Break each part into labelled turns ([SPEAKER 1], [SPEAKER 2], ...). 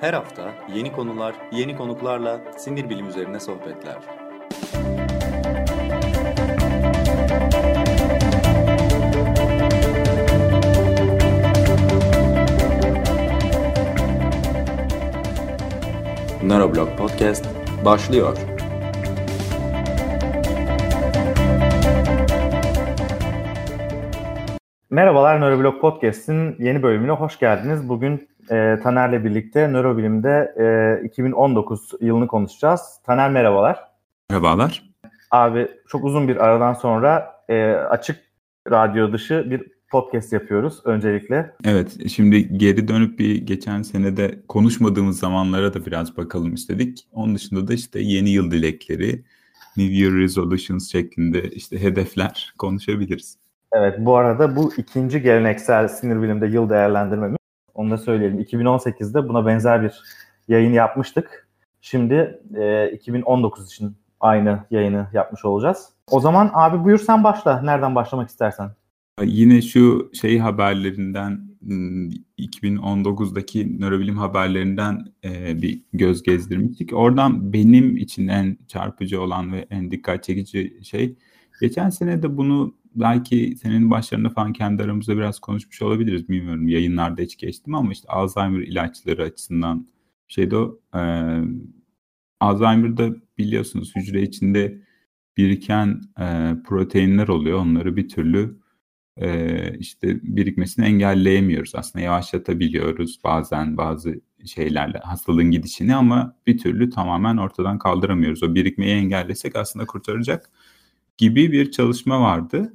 [SPEAKER 1] Her hafta yeni konular, yeni konuklarla sinir bilim üzerine sohbetler. Nöroblog Podcast başlıyor.
[SPEAKER 2] Merhabalar, Nöroblog Podcast'in yeni bölümüne hoş geldiniz. Bugün Taner'le birlikte nörobilimde 2019 yılını konuşacağız. Taner merhabalar.
[SPEAKER 3] Merhabalar.
[SPEAKER 2] Abi çok uzun bir aradan sonra açık radyo dışı bir podcast yapıyoruz öncelikle.
[SPEAKER 3] Evet, şimdi geri dönüp bir geçen senede konuşmadığımız zamanlara da biraz bakalım istedik. Onun dışında da işte yeni yıl dilekleri, New Year Resolutions şeklinde işte hedefler konuşabiliriz.
[SPEAKER 2] Evet, bu arada bu ikinci geleneksel sinir bilimde yıl değerlendirmemiz. Onu da söyleyelim. 2018'de buna benzer bir yayın yapmıştık. Şimdi 2019 için aynı yayını yapmış olacağız. O zaman abi buyur sen başla. Nereden başlamak istersen.
[SPEAKER 3] Yine şu haberlerinden 2019'daki nörobilim haberlerinden bir göz gezdirmiştik. Oradan benim için en çarpıcı olan ve en dikkat çekici şey, geçen sene de bunu belki senin başlarında falan kendi aramızda biraz konuşmuş olabiliriz, bilmiyorum, yayınlarda hiç geçtim ama işte Alzheimer ilaçları açısından şeyde o Alzheimer'da biliyorsunuz hücre içinde biriken proteinler oluyor. Onları bir türlü işte birikmesini engelleyemiyoruz. Aslında yavaşlatabiliyoruz bazen bazı şeylerle hastalığın gidişini ama bir türlü tamamen ortadan kaldıramıyoruz. O birikmeyi engellesek aslında kurtaracak gibi bir çalışma vardı.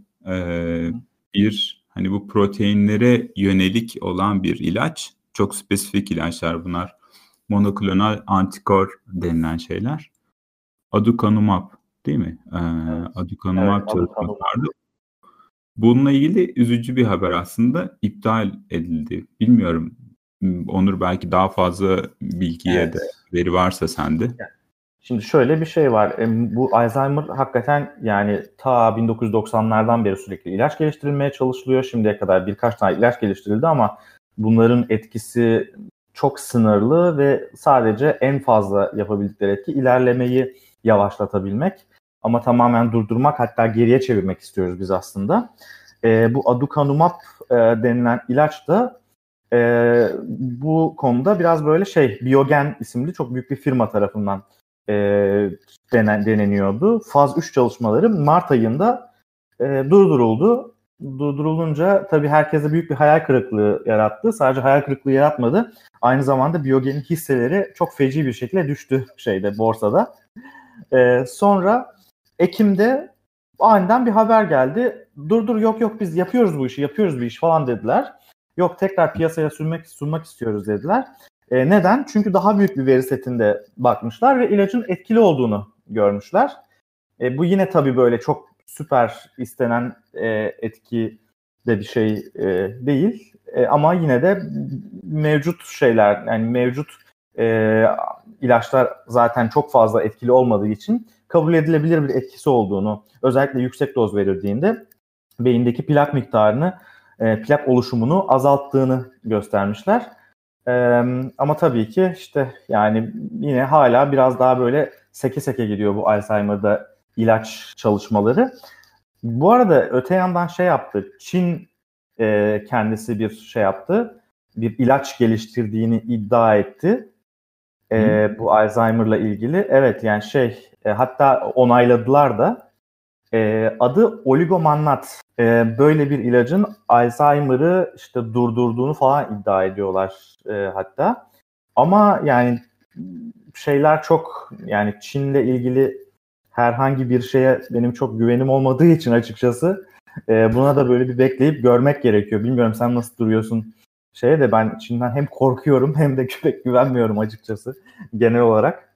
[SPEAKER 3] Bir hani bu proteinlere yönelik olan bir ilaç. Çok spesifik ilaçlar bunlar. Monoklonal antikor denilen şeyler. Aducanumab değil mi? Aducanumab çalışması vardı. Bununla ilgili üzücü bir haber aslında, iptal edildi. Bilmiyorum Onur, belki daha fazla bilgiye de veri varsa sende.
[SPEAKER 2] Şimdi şöyle bir şey var. Bu Alzheimer hakikaten yani ta 1990'lardan beri sürekli ilaç geliştirilmeye çalışılıyor. Şimdiye kadar birkaç tane ilaç geliştirildi ama bunların etkisi çok sınırlı ve sadece en fazla yapabildikleri etki ilerlemeyi yavaşlatabilmek. Ama tamamen durdurmak, hatta geriye çevirmek istiyoruz biz aslında. Bu aducanumab denilen ilaç da bu konuda biraz böyle Biogen isimli çok büyük bir firma tarafından deneniyordu. Faz 3 çalışmaları Mart ayında durduruldu. Durdurulunca tabii herkese büyük bir hayal kırıklığı yarattı. Sadece hayal kırıklığı yaratmadı. Aynı zamanda Biogen'in hisseleri çok feci bir şekilde düştü borsada. Sonra Ekim'de aniden bir haber geldi. Dur yok biz yapıyoruz bu iş falan dediler. Yok, tekrar piyasaya sunmak istiyoruz dediler. Neden? Çünkü daha büyük bir veri setinde bakmışlar ve ilacın etkili olduğunu görmüşler. Bu yine tabii böyle çok süper istenen etki de bir şey değil. Ama yine de mevcut şeyler, yani mevcut ilaçlar zaten çok fazla etkili olmadığı için kabul edilebilir bir etkisi olduğunu, özellikle yüksek doz verildiğinde beyindeki plak miktarını, plak oluşumunu azalttığını göstermişler. Ama tabii ki işte yani yine hala biraz daha böyle seke gidiyor bu Alzheimer'da ilaç çalışmaları. Bu arada öte yandan yaptı. Çin kendisi bir yaptı. Bir ilaç geliştirdiğini iddia etti. Bu Alzheimer'la ilgili. Evet yani hatta onayladılar da. Adı oligomannat. Böyle bir ilacın Alzheimer'ı durdurduğunu falan iddia ediyorlar hatta. Ama yani şeyler çok, yani Çin'le ilgili herhangi bir şeye benim çok güvenim olmadığı için açıkçası buna da böyle bir bekleyip görmek gerekiyor. Bilmiyorum sen nasıl duruyorsun de, ben Çin'den hem korkuyorum hem de pek güvenmiyorum açıkçası genel olarak.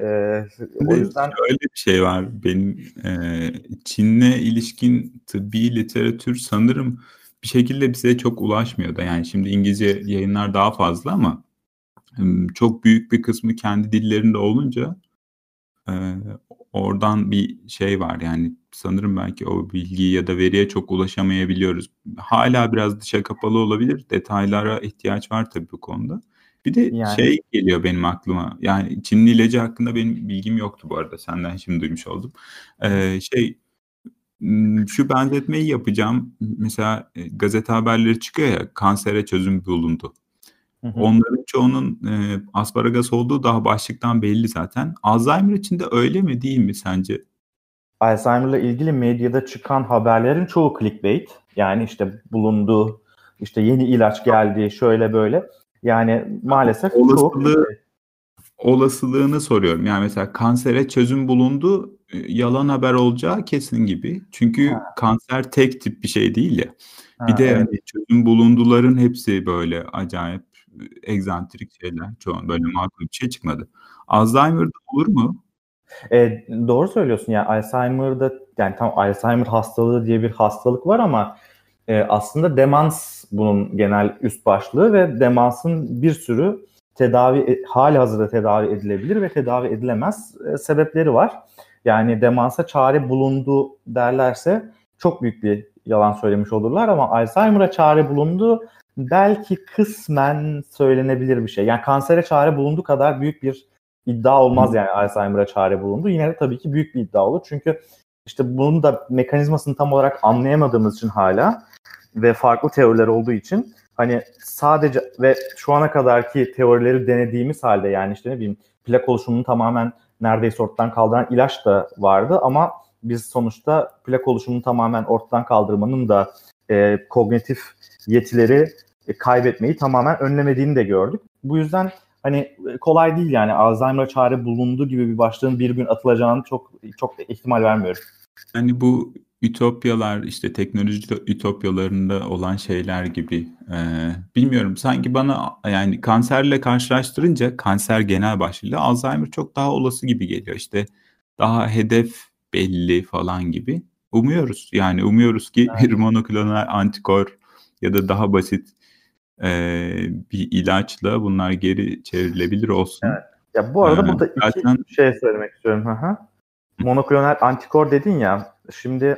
[SPEAKER 2] O yüzden
[SPEAKER 3] öyle bir şey var. Benim Çin'le ilişkin tıbbi literatür sanırım bir şekilde bize çok ulaşmıyor da. Yani şimdi İngilizce yayınlar daha fazla ama çok büyük bir kısmı kendi dillerinde olunca oradan bir şey var. Yani sanırım belki o bilgiye ya da veriye çok ulaşamayabiliyoruz. Hala biraz dışa kapalı olabilir. Detaylara ihtiyaç var tabii bu konuda. Bir de
[SPEAKER 2] Yani
[SPEAKER 3] şey geliyor benim aklıma. Yani Çinli ilacı hakkında benim bilgim yoktu bu arada. Senden şimdi duymuş oldum. Şey şu benzetmeyi yapacağım. Mesela gazete haberleri çıkıyor ya, kansere çözüm bulundu.
[SPEAKER 2] hı hı.
[SPEAKER 3] Onların çoğunun asparagas olduğu daha başlıktan belli zaten. Alzheimer için de öyle mi değil mi sence?
[SPEAKER 2] Alzheimer'la ilgili medyada çıkan haberlerin çoğu clickbait. Yani işte bulundu, işte yeni ilaç geldi, şöyle böyle. Yani maalesef çoğu clickbait.
[SPEAKER 3] Olasılığını soruyorum. Yani mesela kansere çözüm bulundu, yalan haber olacağı kesin gibi. Çünkü
[SPEAKER 2] Ha,
[SPEAKER 3] kanser tek tip bir şey değil ya. Bir
[SPEAKER 2] ha,
[SPEAKER 3] de
[SPEAKER 2] evet.
[SPEAKER 3] hani çözüm bulunduların hepsi böyle acayip egzantrik şeyler. Çoğu böyle makul bir şey çıkmadı. Alzheimer'da olur mu?
[SPEAKER 2] Doğru söylüyorsun. Yani Alzheimer'da, yani tam Alzheimer hastalığı diye bir hastalık var ama aslında demans bunun genel üst başlığı ve demansın bir sürü hali hazırda tedavi edilebilir ve tedavi edilemez sebepleri var. Yani demansa çare bulundu derlerse çok büyük bir yalan söylemiş olurlar ama Alzheimer'a çare bulundu belki kısmen söylenebilir bir şey. Yani kansere çare bulundu kadar büyük bir iddia olmaz yani Alzheimer'a çare bulundu. Yine de tabii ki büyük bir iddia olur. Çünkü işte bunun da mekanizmasını tam olarak anlayamadığımız için hala ve farklı teoriler olduğu için hani sadece ve şu ana kadarki teorileri denediğimiz halde yani işte ne bileyim plak oluşumunu tamamen neredeyse ortadan kaldıran ilaç da vardı ama biz sonuçta plak oluşumunu tamamen ortadan kaldırmanın da kognitif yetileri kaybetmeyi tamamen önlemediğini de gördük. Bu yüzden hani kolay değil yani Alzheimer'a çare bulundu gibi bir başlığın bir gün atılacağını çok ihtimal vermiyorum.
[SPEAKER 3] Yani bu ütopyalar işte teknoloji ütopyalarında olan şeyler gibi. Bilmiyorum, sanki bana yani kanserle karşılaştırınca kanser genel başlığıyla Alzheimer çok daha olası gibi geliyor. İşte daha hedef belli falan gibi. Umuyoruz ki bir monoklonal antikor ya da daha basit bir ilaçla bunlar geri çevrilebilir olsun.
[SPEAKER 2] Evet. Ya bu
[SPEAKER 3] Ee,
[SPEAKER 2] arada burada iki
[SPEAKER 3] zaten
[SPEAKER 2] şey söylemek istiyorum. Hı hı. Monoklonal antikor dedin ya. Şimdi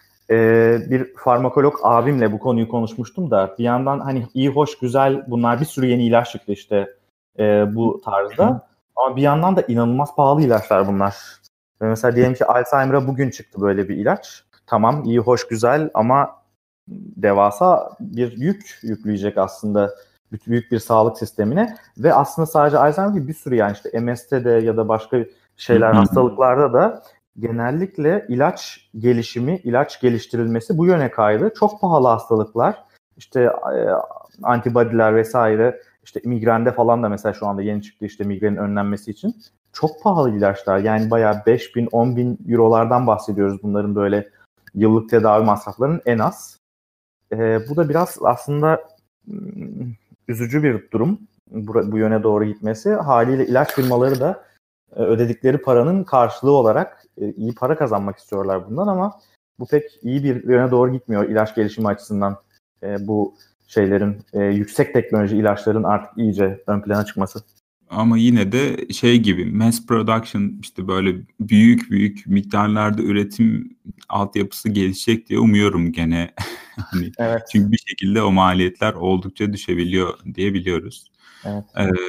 [SPEAKER 2] bir farmakolog abimle bu konuyu konuşmuştum da bir yandan hani iyi hoş güzel bunlar bir sürü yeni ilaç çıktı işte bu tarzda. Ama bir yandan da inanılmaz pahalı ilaçlar bunlar. Mesela diyelim ki Alzheimer'a bugün çıktı böyle bir ilaç. Tamam iyi hoş güzel ama devasa bir yük yükleyecek aslında büyük bir sağlık sistemine ve aslında sadece Alzheimer değil bir sürü yani işte MS'te de ya da başka şeyler hastalıklarda da genellikle ilaç gelişimi, ilaç geliştirilmesi bu yöne kaydı. Çok pahalı hastalıklar işte antibody'ler vesaire işte migrende falan da mesela şu anda yeni çıktı işte migrenin önlenmesi için çok pahalı ilaçlar yani bayağı 5.000 10.000 eurolardan bahsediyoruz bunların böyle yıllık tedavi masraflarının en az. Bu da biraz aslında üzücü bir durum bu yöne doğru gitmesi. Haliyle ilaç firmaları da ödedikleri paranın karşılığı olarak iyi para kazanmak istiyorlar bundan ama bu pek iyi bir yöne doğru gitmiyor ilaç gelişimi açısından. Bu şeylerin yüksek teknoloji ilaçların artık iyice ön plana çıkması.
[SPEAKER 3] Ama yine de şey gibi mass production işte böyle büyük büyük miktarlarda üretim altyapısı gelişecek diye umuyorum gene. Hani
[SPEAKER 2] Evet.
[SPEAKER 3] çünkü bir şekilde o maliyetler oldukça düşebiliyor diye biliyoruz.
[SPEAKER 2] Evet.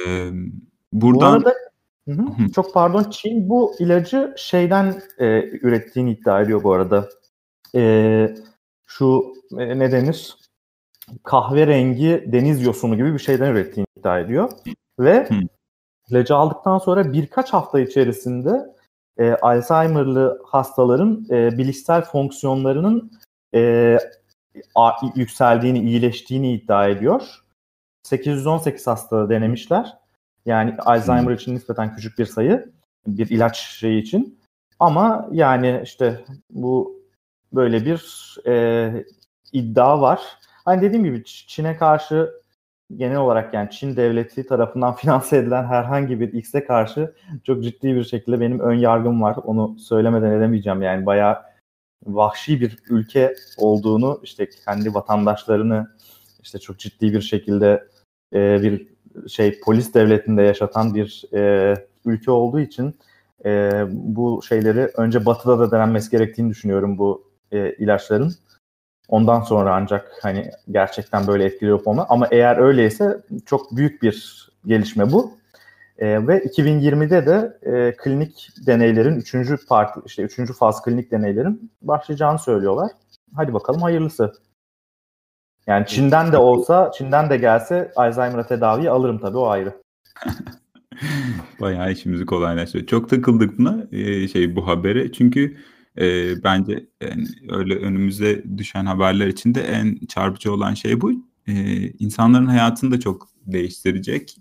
[SPEAKER 2] Bu
[SPEAKER 3] Buradan
[SPEAKER 2] arada çok pardon Çin bu ilacı şeyden ürettiğini iddia ediyor bu arada. Şu ne denir? Kahverengi deniz yosunu gibi bir şeyden ürettiğini iddia ediyor. Ve ilacı aldıktan sonra birkaç hafta içerisinde Alzheimer'lı hastaların bilişsel fonksiyonlarının yükseldiğini, iyileştiğini iddia ediyor. 818 hastada denemişler. Yani Alzheimer için nispeten küçük bir sayı. Bir ilaç şeyi için. Ama yani işte bu böyle bir iddia var. Hani dediğim gibi Çin'e karşı genel olarak yani Çin devleti tarafından finanse edilen herhangi bir X'e karşı çok ciddi bir şekilde benim ön yargım var. Onu söylemeden edemeyeceğim. Yani bayağı vahşi bir ülke olduğunu işte kendi vatandaşlarını işte çok ciddi bir şekilde bir polis devletinde yaşatan bir ülke olduğu için bu şeyleri önce Batı'da da denenmesi gerektiğini düşünüyorum bu ilaçların. Ondan sonra ancak hani gerçekten böyle etkili olup olma. Ama eğer öyleyse çok büyük bir gelişme bu. Ve 2020'de de klinik deneylerin 3. faz klinik deneylerin başlayacağını söylüyorlar. Hadi bakalım hayırlısı. Yani Çin'den de olsa, Çin'den de gelse Alzheimer'a tedaviyi alırım tabii, o ayrı.
[SPEAKER 3] Bayağı işimizi kolaylaştırıyor. Çok takıldık buna bu habere. Çünkü bence yani öyle önümüze düşen haberler içinde en çarpıcı olan şey bu. İnsanların hayatını da çok değiştirecek.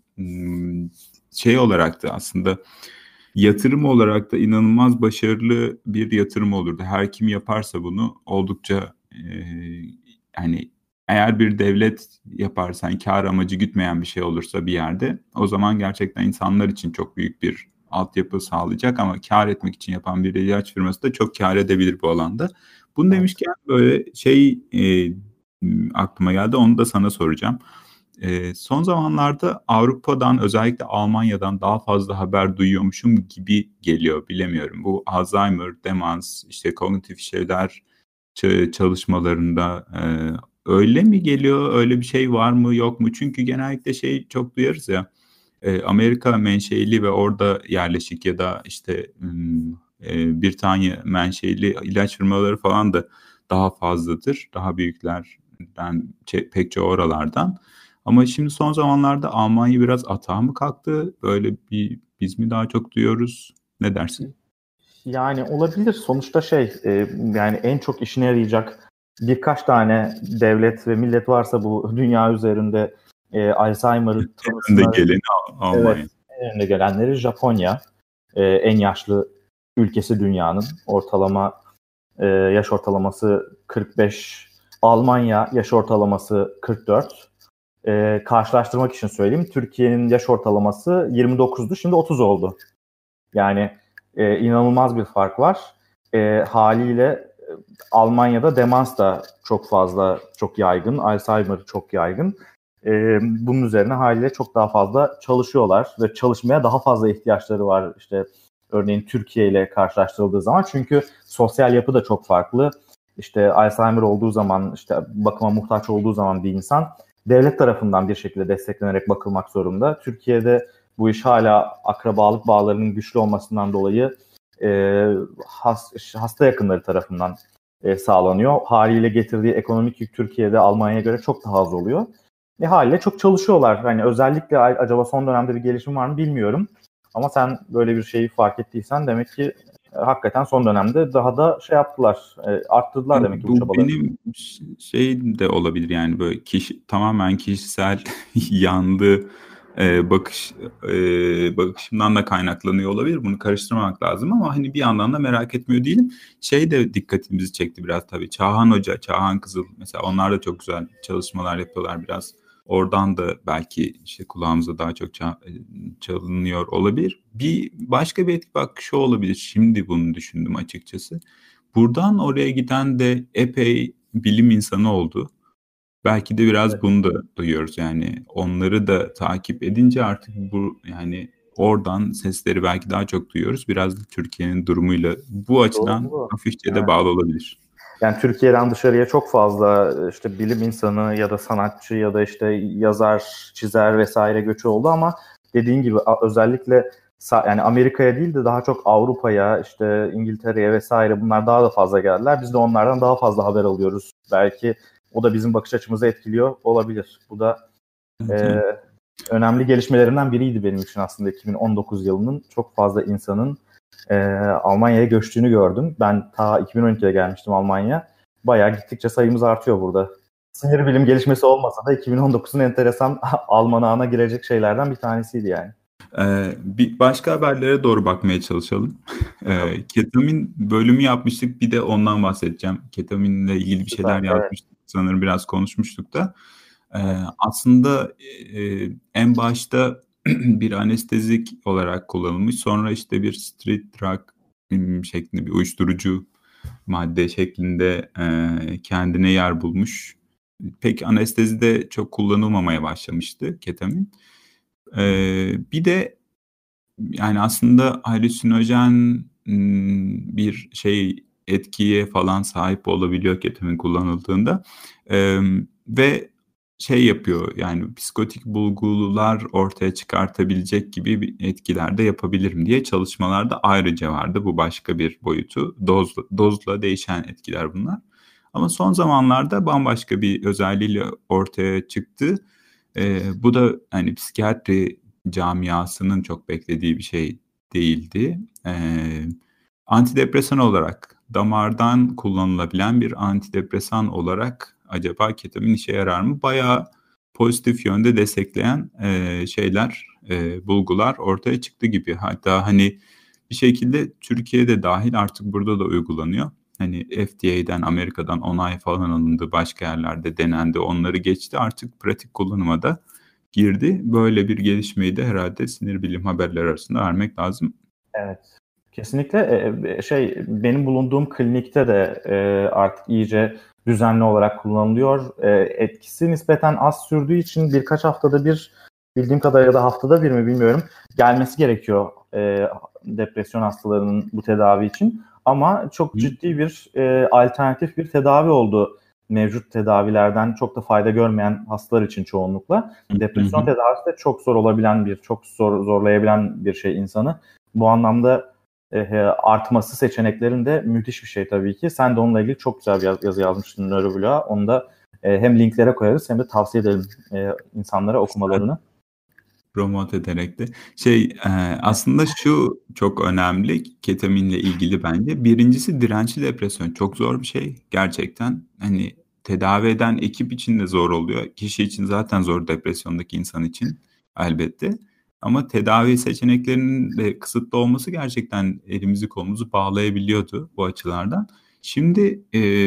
[SPEAKER 3] Olarak da aslında yatırım olarak da inanılmaz başarılı bir yatırım olurdu. Her kim yaparsa bunu oldukça yani eğer bir devlet yaparsan kar amacı gütmeyen bir şey olursa bir yerde, o zaman gerçekten insanlar için çok büyük bir altyapı sağlayacak, ama kar etmek için yapan bir ilaç firması da çok kar edebilir bu alanda. Bunu demişken böyle aklıma geldi, onu da sana soracağım. Son zamanlarda Avrupa'dan, özellikle Almanya'dan daha fazla haber duyuyormuşum gibi geliyor, bilemiyorum. Bu Alzheimer, demans, işte kognitif şeyler çalışmalarında öyle mi geliyor, öyle bir şey var mı yok mu? Çünkü genellikle çok duyarız ya, Amerika menşeli ve orada yerleşik ya da işte Britanya menşeli ilaç firmaları falan da daha fazladır. Daha büyüklerden, pek çoğu oralardan. Ama şimdi son zamanlarda Almanya biraz atağa mı kalktı? Böyle biz mi daha çok duyuyoruz? Ne dersin?
[SPEAKER 2] Yani olabilir. Sonuçta yani en çok işine yarayacak birkaç tane devlet ve millet varsa bu dünya üzerinde Alzheimer'ı tanısına,
[SPEAKER 3] geleni Almanya.
[SPEAKER 2] Evet, en önde gelenleri Japonya. En yaşlı ülkesi dünyanın. Yaş ortalaması 45. Almanya yaş ortalaması 44. Karşılaştırmak için söyleyeyim. Türkiye'nin yaş ortalaması 29'du. Şimdi 30 oldu. Yani inanılmaz bir fark var. Haliyle Almanya'da demans da çok yaygın. Alzheimer çok yaygın. Bunun üzerine haliyle çok daha fazla çalışıyorlar ve çalışmaya daha fazla ihtiyaçları var. İşte örneğin Türkiye ile karşılaştırıldığı zaman, çünkü sosyal yapı da çok farklı. İşte Alzheimer olduğu zaman, işte bakıma muhtaç olduğu zaman bir insan devlet tarafından bir şekilde desteklenerek bakılmak zorunda. Türkiye'de bu iş hala akrabalık bağlarının güçlü olmasından dolayı hasta yakınları tarafından sağlanıyor. Haliyle getirdiği ekonomik yük Türkiye'de Almanya'ya göre çok daha az oluyor. Haliyle çok çalışıyorlar. Hani özellikle acaba son dönemde bir gelişim var mı bilmiyorum. Ama sen böyle bir şeyi fark ettiysen demek ki hakikaten son dönemde daha da yaptılar. Arttırdılar demek ki bu çabaları.
[SPEAKER 3] Benim de olabilir, yani böyle tamamen kişisel yandı bakışımdan da kaynaklanıyor olabilir. Bunu karıştırmamak lazım, ama hani bir yandan da merak etmiyor değilim. De dikkatimizi çekti biraz tabii. Çağhan Hoca, Çağhan Kızıl mesela, onlar da çok güzel çalışmalar yapıyorlar biraz. Oradan da belki kulağımıza daha çok çalınıyor olabilir. Başka bir etki bak şu olabilir. Şimdi bunu düşündüm açıkçası. Buradan oraya giden de epey bilim insanı oldu. Belki de biraz bunu da duyuyoruz. Yani onları da takip edince artık yani oradan sesleri belki daha çok duyuyoruz. Biraz da Türkiye'nin durumuyla bu açıdan hafifçe de bağlı olabilir.
[SPEAKER 2] Yani Türkiye'den dışarıya çok fazla bilim insanı ya da sanatçı ya da yazar, çizer vesaire göçü oldu, ama dediğin gibi özellikle yani Amerika'ya değil de daha çok Avrupa'ya, İngiltere'ye vesaire, bunlar daha da fazla geldiler. Biz de onlardan daha fazla haber alıyoruz. Belki o da bizim bakış açımızı etkiliyor olabilir. Bu da önemli gelişmelerinden biriydi benim için aslında 2019 yılının. Çok fazla insanın Almanya'ya göçtüğünü gördüm. Ben ta 2012'de gelmiştim Almanya'ya. Bayağı gittikçe sayımız artıyor burada. Sinir bilim gelişmesi olmasa da 2019'un enteresan almanağına girecek şeylerden bir tanesiydi yani.
[SPEAKER 3] Bir başka haberlere doğru bakmaya çalışalım. Ketamin bölümü yapmıştık. Bir de ondan bahsedeceğim. Ketaminle ilgili bir şeyler yazmıştık. Evet. Sanırım biraz konuşmuştuk da. Aslında en başta bir anestezik olarak kullanılmış. Sonra bir street drug şeklinde, bir uyuşturucu madde şeklinde kendine yer bulmuş. Pek anestezide çok kullanılmamaya başlamıştı ketamin. Bir de yani aslında halüsinojen bir etkiye falan sahip olabiliyor ketamin kullanıldığında. Ve şey yapıyor, yani psikotik bulgular ortaya çıkartabilecek gibi bir etkiler de yapabilirim diye çalışmalarda ayrıca vardı. Bu başka bir boyutu. Dozla değişen etkiler bunlar. Ama son zamanlarda bambaşka bir özelliğiyle ortaya çıktı. Bu da hani psikiyatri camiasının çok beklediği bir şey değildi. Antidepresan olarak, damardan kullanılabilen bir antidepresan olarak acaba ketamin işe yarar mı? Bayağı pozitif yönde destekleyen bulgular ortaya çıktı gibi. Hatta hani bir şekilde Türkiye'de dahil artık burada da uygulanıyor. Hani FDA'den, Amerika'dan onay falan alındı, başka yerlerde denendi, onları geçti, artık pratik kullanıma da girdi. Böyle bir gelişmeyi de herhalde sinir bilim haberleri arasında vermek lazım.
[SPEAKER 2] Evet. Kesinlikle benim bulunduğum klinikte de artık iyice düzenli olarak kullanılıyor. Etkisi nispeten az sürdüğü için birkaç haftada bir, bildiğim kadarıyla da haftada bir mi bilmiyorum, gelmesi gerekiyor depresyon hastalarının bu tedavi için. Ama çok ciddi bir alternatif bir tedavi oldu. Mevcut tedavilerden çok da fayda görmeyen hastalar için çoğunlukla. Depresyon tedavisi de çok zor olabilen çok zorlayabilen bir şey insanı. Bu anlamda artması seçeneklerin de müthiş bir şey tabii ki. Sen de onunla ilgili çok güzel bir yazı yazmıştın Nöroblog'a. Onu da hem linklere koyarız hem de tavsiye edelim insanlara okumalarını.
[SPEAKER 3] Promote ederek de. Aslında şu çok önemli ketaminle ilgili bence. Birincisi dirençli depresyon. Çok zor bir şey gerçekten. Hani tedavi eden ekip için de zor oluyor. Kişi için zaten zor, depresyondaki insan için elbette. Ama tedavi seçeneklerinin de kısıtlı olması gerçekten elimizi kolumuzu bağlayabiliyordu bu açılardan. Şimdi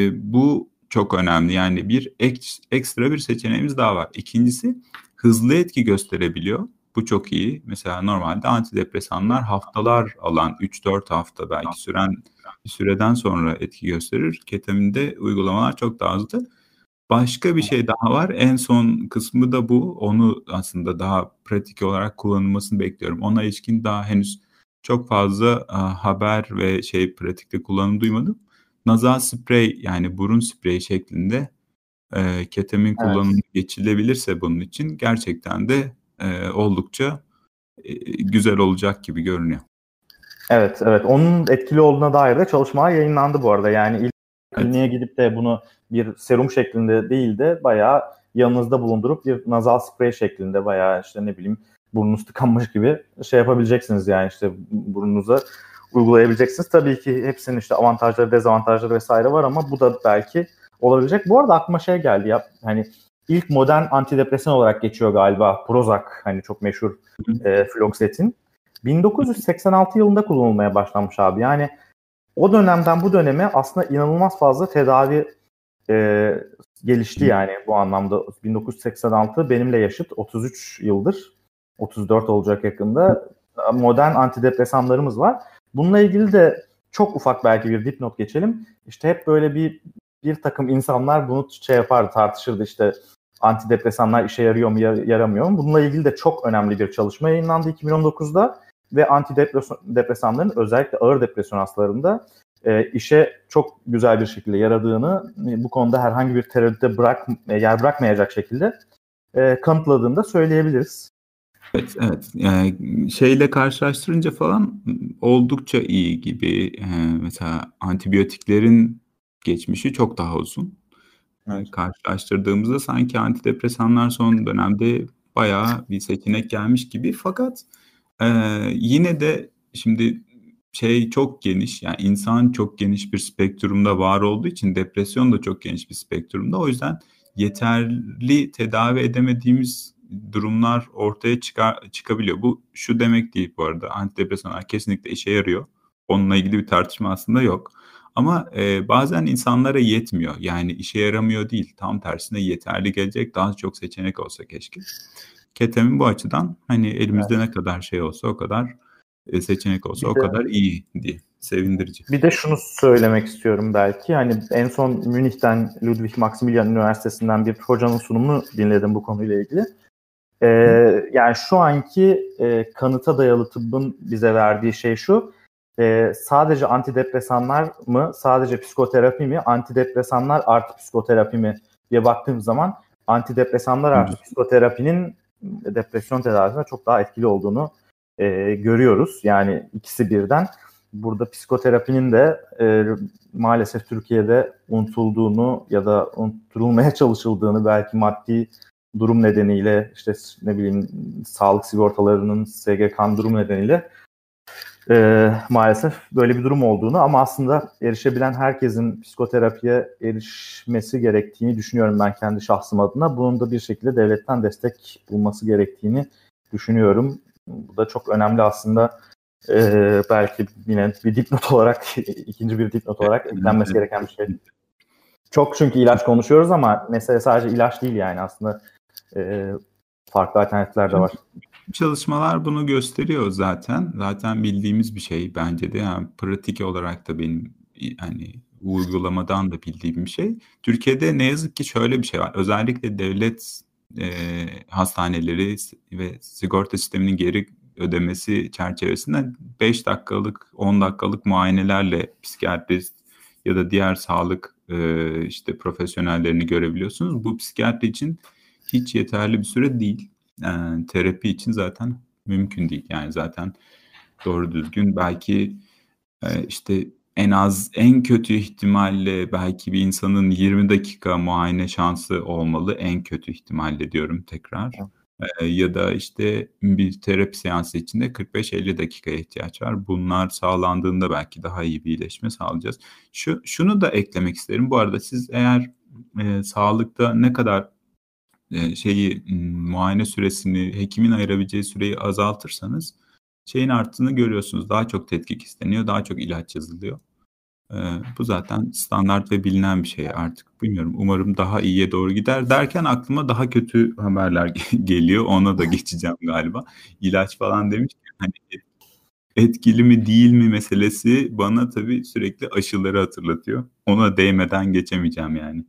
[SPEAKER 3] bu çok önemli. Yani bir ekstra bir seçeneğimiz daha var. İkincisi, hızlı etki gösterebiliyor. Bu çok iyi. Mesela normalde antidepresanlar haftalar alan, 3-4 hafta belki süren bir süreden sonra etki gösterir. Ketaminde uygulamalar çok daha hızlı. Başka bir şey daha var. En son kısmı da bu. Onu aslında daha pratik olarak kullanılmasını bekliyorum. Ona ilişkin daha henüz çok fazla haber ve pratikte kullanım duymadım. Nazal sprey, yani burun spreyi şeklinde ketamin kullanımı geçilebilirse bunun için gerçekten de oldukça güzel olacak gibi görünüyor.
[SPEAKER 2] Evet. Onun etkili olduğuna dair de çalışmalar yayınlandı bu arada. Yani ilk kliniğe gidip de bunu bir serum şeklinde değil de bayağı yanınızda bulundurup bir nazal sprey şeklinde bayağı burnunuz tıkanmış gibi yapabileceksiniz, yani burnunuza uygulayabileceksiniz. Tabii ki hepsinin avantajları, dezavantajları vesaire var ama bu da belki olabilecek. Bu arada aklıma geldi ya, hani ilk modern antidepresan olarak geçiyor galiba Prozac, hani çok meşhur Fluoxetine. 1986 yılında kullanılmaya başlanmış abi. Yani o dönemden bu döneme aslında inanılmaz fazla tedavi gelişti yani bu anlamda. 1986 benimle yaşıt, 33 yıldır, 34 olacak yakında modern antidepresanlarımız var. Bununla ilgili de çok ufak belki bir dipnot geçelim. Hep böyle bir takım insanlar bunu yapardı, tartışırdı, antidepresanlar işe yarıyor mu, yaramıyor mu? Bununla ilgili de çok önemli bir çalışma yayınlandı 2019'da ve antidepresanların özellikle ağır depresyon hastalarında işe çok güzel bir şekilde yaradığını, bu konuda herhangi bir tereddüte yer bırakmayacak şekilde kanıtladığını da söyleyebiliriz.
[SPEAKER 3] Evet. Şeyle karşılaştırınca falan oldukça iyi gibi. Mesela antibiyotiklerin geçmişi çok daha uzun.
[SPEAKER 2] Evet.
[SPEAKER 3] Karşılaştırdığımızda sanki antidepresanlar son dönemde bayağı bir seçenek gelmiş gibi. Fakat yine de şimdi çok geniş, yani insan çok geniş bir spektrumda var olduğu için depresyon da çok geniş bir spektrumda. O yüzden yeterli tedavi edemediğimiz durumlar ortaya çıkabiliyor. Bu şu demek değil bu arada. Antidepresanlar kesinlikle işe yarıyor. Onunla ilgili bir tartışma aslında yok. Ama bazen insanlara yetmiyor. Yani işe yaramıyor değil. Tam tersine yeterli gelecek daha çok seçenek olsa keşke. Ketamin bu açıdan hani elimizde ne kadar şey olsa o kadar seçenek olsa o kadar iyi diye. Sevindirici.
[SPEAKER 2] Bir de şunu söylemek istiyorum belki. Hani en son Münih'ten Ludwig Maximilian Üniversitesi'nden bir hocanın sunumunu dinledim bu konuyla ilgili. Yani şu anki kanıta dayalı tıbbın bize verdiği şey şu. Sadece antidepresanlar mı, sadece psikoterapi mi, antidepresanlar artı psikoterapi mi diye baktığım zaman antidepresanlar artık psikoterapinin depresyon tedavisinde çok daha etkili olduğunu görüyoruz. Yani ikisi birden. Burada psikoterapinin de maalesef Türkiye'de unutulduğunu ya da unutulmaya çalışıldığını, belki maddi durum nedeniyle, işte ne bileyim sağlık sigortalarının SGK'nın durum nedeniyle maalesef böyle bir durum olduğunu, ama aslında erişebilen herkesin psikoterapiye erişmesi gerektiğini düşünüyorum ben kendi şahsım adına. Bunun da bir şekilde devletten destek bulması gerektiğini düşünüyorum. Bu da çok önemli aslında. Belki yine bir dipnot olarak, ikinci bir dipnot olarak eklenmesi gereken bir şey. Çok, çünkü ilaç konuşuyoruz ama mesele sadece ilaç değil yani, aslında farklı alternatifler de var.
[SPEAKER 3] Çalışmalar bunu gösteriyor zaten. Zaten bildiğimiz bir şey bence de, yani pratik olarak da benim yani uygulamadan da bildiğim bir şey. Türkiye'de ne yazık ki şöyle bir şey var. Özellikle devlet hastaneleri ve sigorta sisteminin geri ödemesi çerçevesinde 5 dakikalık, 10 dakikalık muayenelerle psikiyatrist ya da diğer sağlık işte profesyonellerini görebiliyorsunuz. Bu psikiyatri için hiç yeterli bir süre değil. Terapi için zaten mümkün değil. Yani zaten doğru düzgün belki işte en kötü ihtimalle belki bir insanın 20 dakika muayene şansı olmalı. En kötü ihtimalle diyorum tekrar. Ya da işte bir terapi seansı içinde 45-50 dakikaya ihtiyaç var. Bunlar sağlandığında belki daha iyi bir iyileşme sağlayacağız. Şunu da eklemek isterim. Bu arada siz eğer sağlıkta ne kadar muayene süresini, hekimin ayırabileceği süreyi azaltırsanız şeyin arttığını görüyorsunuz. Daha çok tetkik isteniyor, daha çok ilaç yazılıyor. Bu zaten standart ve bilinen bir şey artık. Bilmiyorum, umarım daha iyiye doğru gider derken aklıma daha kötü haberler geliyor. Ona da geçeceğim galiba. İlaç falan demişken hani etkili mi değil mi meselesi bana tabii sürekli aşıları hatırlatıyor. Ona değmeden geçemeyeceğim yani.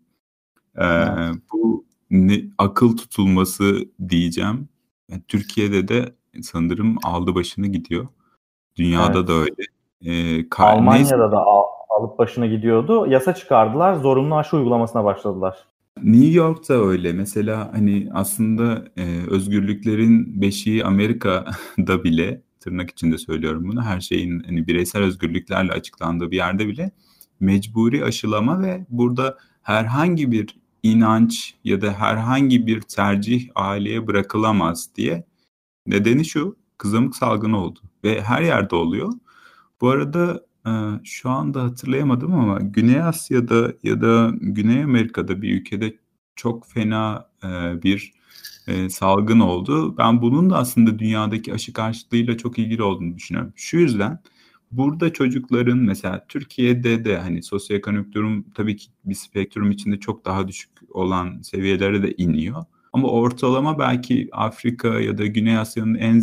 [SPEAKER 3] Bu akıl tutulması diyeceğim. Yani Türkiye'de de sanırım aldı başını gidiyor. Dünyada da öyle.
[SPEAKER 2] Almanya'da da alıp başına gidiyordu. Yasa çıkardılar. Zorunlu aşı uygulamasına başladılar.
[SPEAKER 3] New York'ta öyle. Mesela hani aslında özgürlüklerin beşiği Amerika'da bile, tırnak içinde söylüyorum bunu, her şeyin hani bireysel özgürlüklerle açıklandığı bir yerde bile mecburi aşılama ve burada herhangi bir inanç ya da herhangi bir tercih aileye bırakılamaz diye. Nedeni şu, kızamık salgını oldu ve her yerde oluyor. Bu arada şu anda hatırlayamadım ama Güney Asya'da ya da Güney Amerika'da bir ülkede çok fena bir salgın oldu. Ben bunun da aslında dünyadaki aşı karşıtlığıyla çok ilgili olduğunu düşünüyorum. Şu yüzden burada çocukların, mesela Türkiye'de de hani sosyoekonomik durum tabii ki bir spektrum içinde çok daha düşük olan seviyelere de iniyor. Ama ortalama belki Afrika ya da Güney Asya'nın en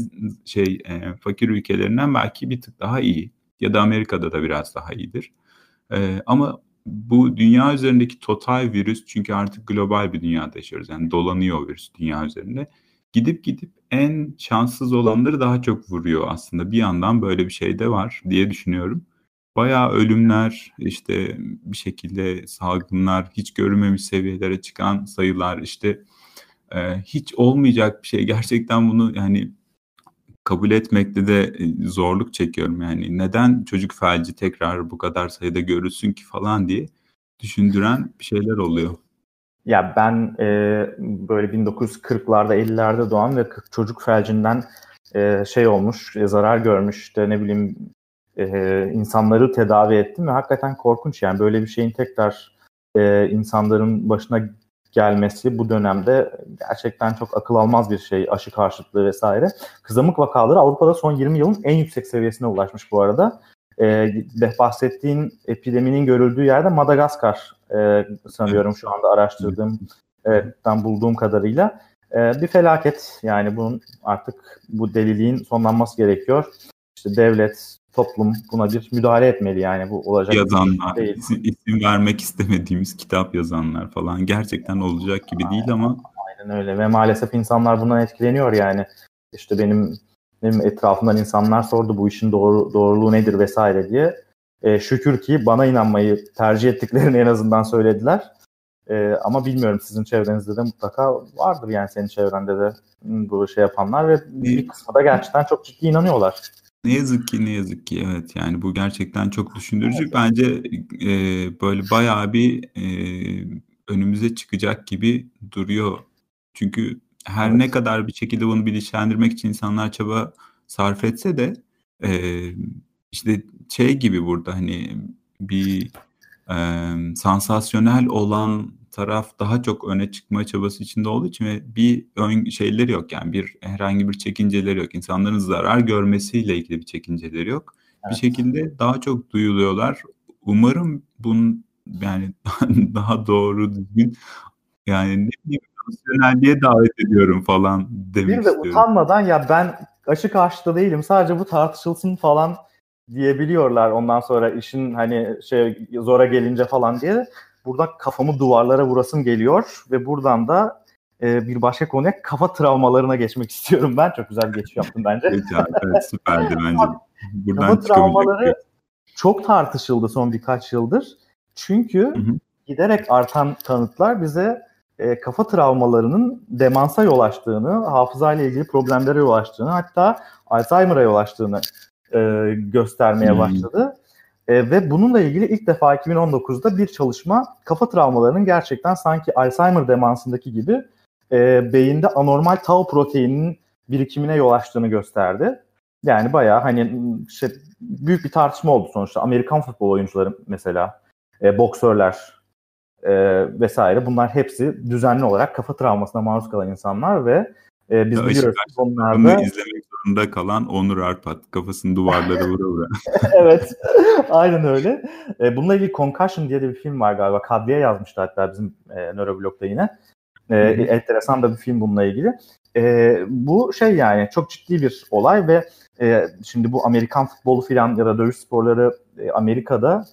[SPEAKER 3] fakir ülkelerinden belki bir tık daha iyi. Ya da Amerika'da da biraz daha iyidir. Ama bu dünya üzerindeki total virüs, çünkü artık global bir dünyada yaşıyoruz. Yani dolanıyor virüs dünya üzerinde. Gidip en şanssız olanları daha çok vuruyor aslında. Bir yandan böyle bir şey de var diye düşünüyorum. Bayağı ölümler, işte bir şekilde salgınlar, hiç görülmemiş seviyelere çıkan sayılar, işte hiç olmayacak bir şey. Gerçekten bunu yani kabul etmekte de zorluk çekiyorum. Yani neden çocuk felci tekrar bu kadar sayıda görülsün ki falan diye düşündüren bir şeyler oluyor.
[SPEAKER 2] Ya ben böyle 1940'larda 50'lerde doğan ve çocuk felcinden olmuş, zarar görmüş, işte ne bileyim insanları tedavi ettim ve hakikaten korkunç. Yani böyle bir şeyin tekrar insanların başına gelmesi bu dönemde gerçekten çok akıl almaz bir şey, aşı karşıtlığı vesaire. Kızamık vakaları Avrupa'da son 20 yılın en yüksek seviyesine ulaşmış bu arada. Bahsettiğin epideminin görüldüğü yerde Madagaskar sanıyorum şu anda araştırdığım, bulduğum kadarıyla. Bir felaket yani, bunun artık bu deliliğin sonlanması gerekiyor. İşte devlet, toplum buna bir müdahale etmeli yani, bu olacak
[SPEAKER 3] yazanlar,
[SPEAKER 2] değil.
[SPEAKER 3] isim vermek istemediğimiz kitap yazanlar falan gerçekten olacak gibi değil ama.
[SPEAKER 2] Aynen öyle ve maalesef insanlar bundan etkileniyor yani. İşte benim etrafımdan insanlar sordu bu işin doğruluğu nedir vesaire diye. Şükür ki bana inanmayı tercih ettiklerini en azından söylediler. Ama bilmiyorum, sizin çevrenizde de mutlaka vardır yani, senin çevrende de bu şey yapanlar ve bir kısmı da gerçekten çok ciddi inanıyorlar.
[SPEAKER 3] Ne yazık ki evet, yani bu gerçekten çok düşündürücü. Bence böyle bayağı bir önümüze çıkacak gibi duruyor. Çünkü her ne kadar bir şekilde bunu bilinçlendirmek için insanlar çaba sarf etse de işte şey gibi, burada hani bir sansasyonel olan taraf daha çok öne çıkma çabası içinde olduğu için ve bir ön şeyleri yok, yani herhangi bir çekinceleri yok. İnsanların zarar görmesiyle ilgili bir çekinceleri yok.
[SPEAKER 2] Evet.
[SPEAKER 3] Bir şekilde daha çok duyuluyorlar. Umarım bunun yani daha doğru düzgün, yani ne bileyim, profesyonelliğe davet ediyorum falan demek
[SPEAKER 2] Bir de
[SPEAKER 3] istiyorum.
[SPEAKER 2] utanmadan ya ben aşı karşıtı değilim, sadece bu tartışılsın falan diyebiliyorlar ondan sonra işin hani şey zora gelince falan diye. Buradan kafamı duvarlara vurasım geliyor ve buradan da bir başka konuya, kafa travmalarına geçmek istiyorum ben. Çok güzel bir geçiş yaptım bence.
[SPEAKER 3] Evet, süperdi bence. Buradan
[SPEAKER 2] Kafa travmaları
[SPEAKER 3] çıkabilecek.
[SPEAKER 2] çok tartışıldı son birkaç yıldır. Çünkü giderek artan kanıtlar bize kafa travmalarının demansa yol açtığını, hafızayla ilgili problemlere yol açtığını, hatta Alzheimer'a yol açtığını göstermeye başladı. Ve bununla ilgili ilk defa 2019'da bir çalışma kafa travmalarının gerçekten sanki Alzheimer demansındaki gibi beyinde anormal tau proteininin birikimine yol açtığını gösterdi. Yani bayağı hani büyük bir tartışma oldu sonuçta. Amerikan futbol oyuncuları mesela, boksörler vesaire, bunlar hepsi düzenli olarak kafa travmasına maruz kalan insanlar ve biz biliyoruz ki
[SPEAKER 3] bunlarda
[SPEAKER 2] bunlarda
[SPEAKER 3] izlemek zorunda kalan Onur Arpat, kafasını duvarlara vura vura.
[SPEAKER 2] evet, aynen öyle. Bununla ilgili Concussion diye de bir film var galiba. Kadriye yazmıştı hatta bizim Nöroblog'da yine. Enteresan da bir film bununla ilgili. Bu şey yani çok ciddi bir olay ve şimdi bu Amerikan futbolu falan ya da dövüş sporları Amerika'da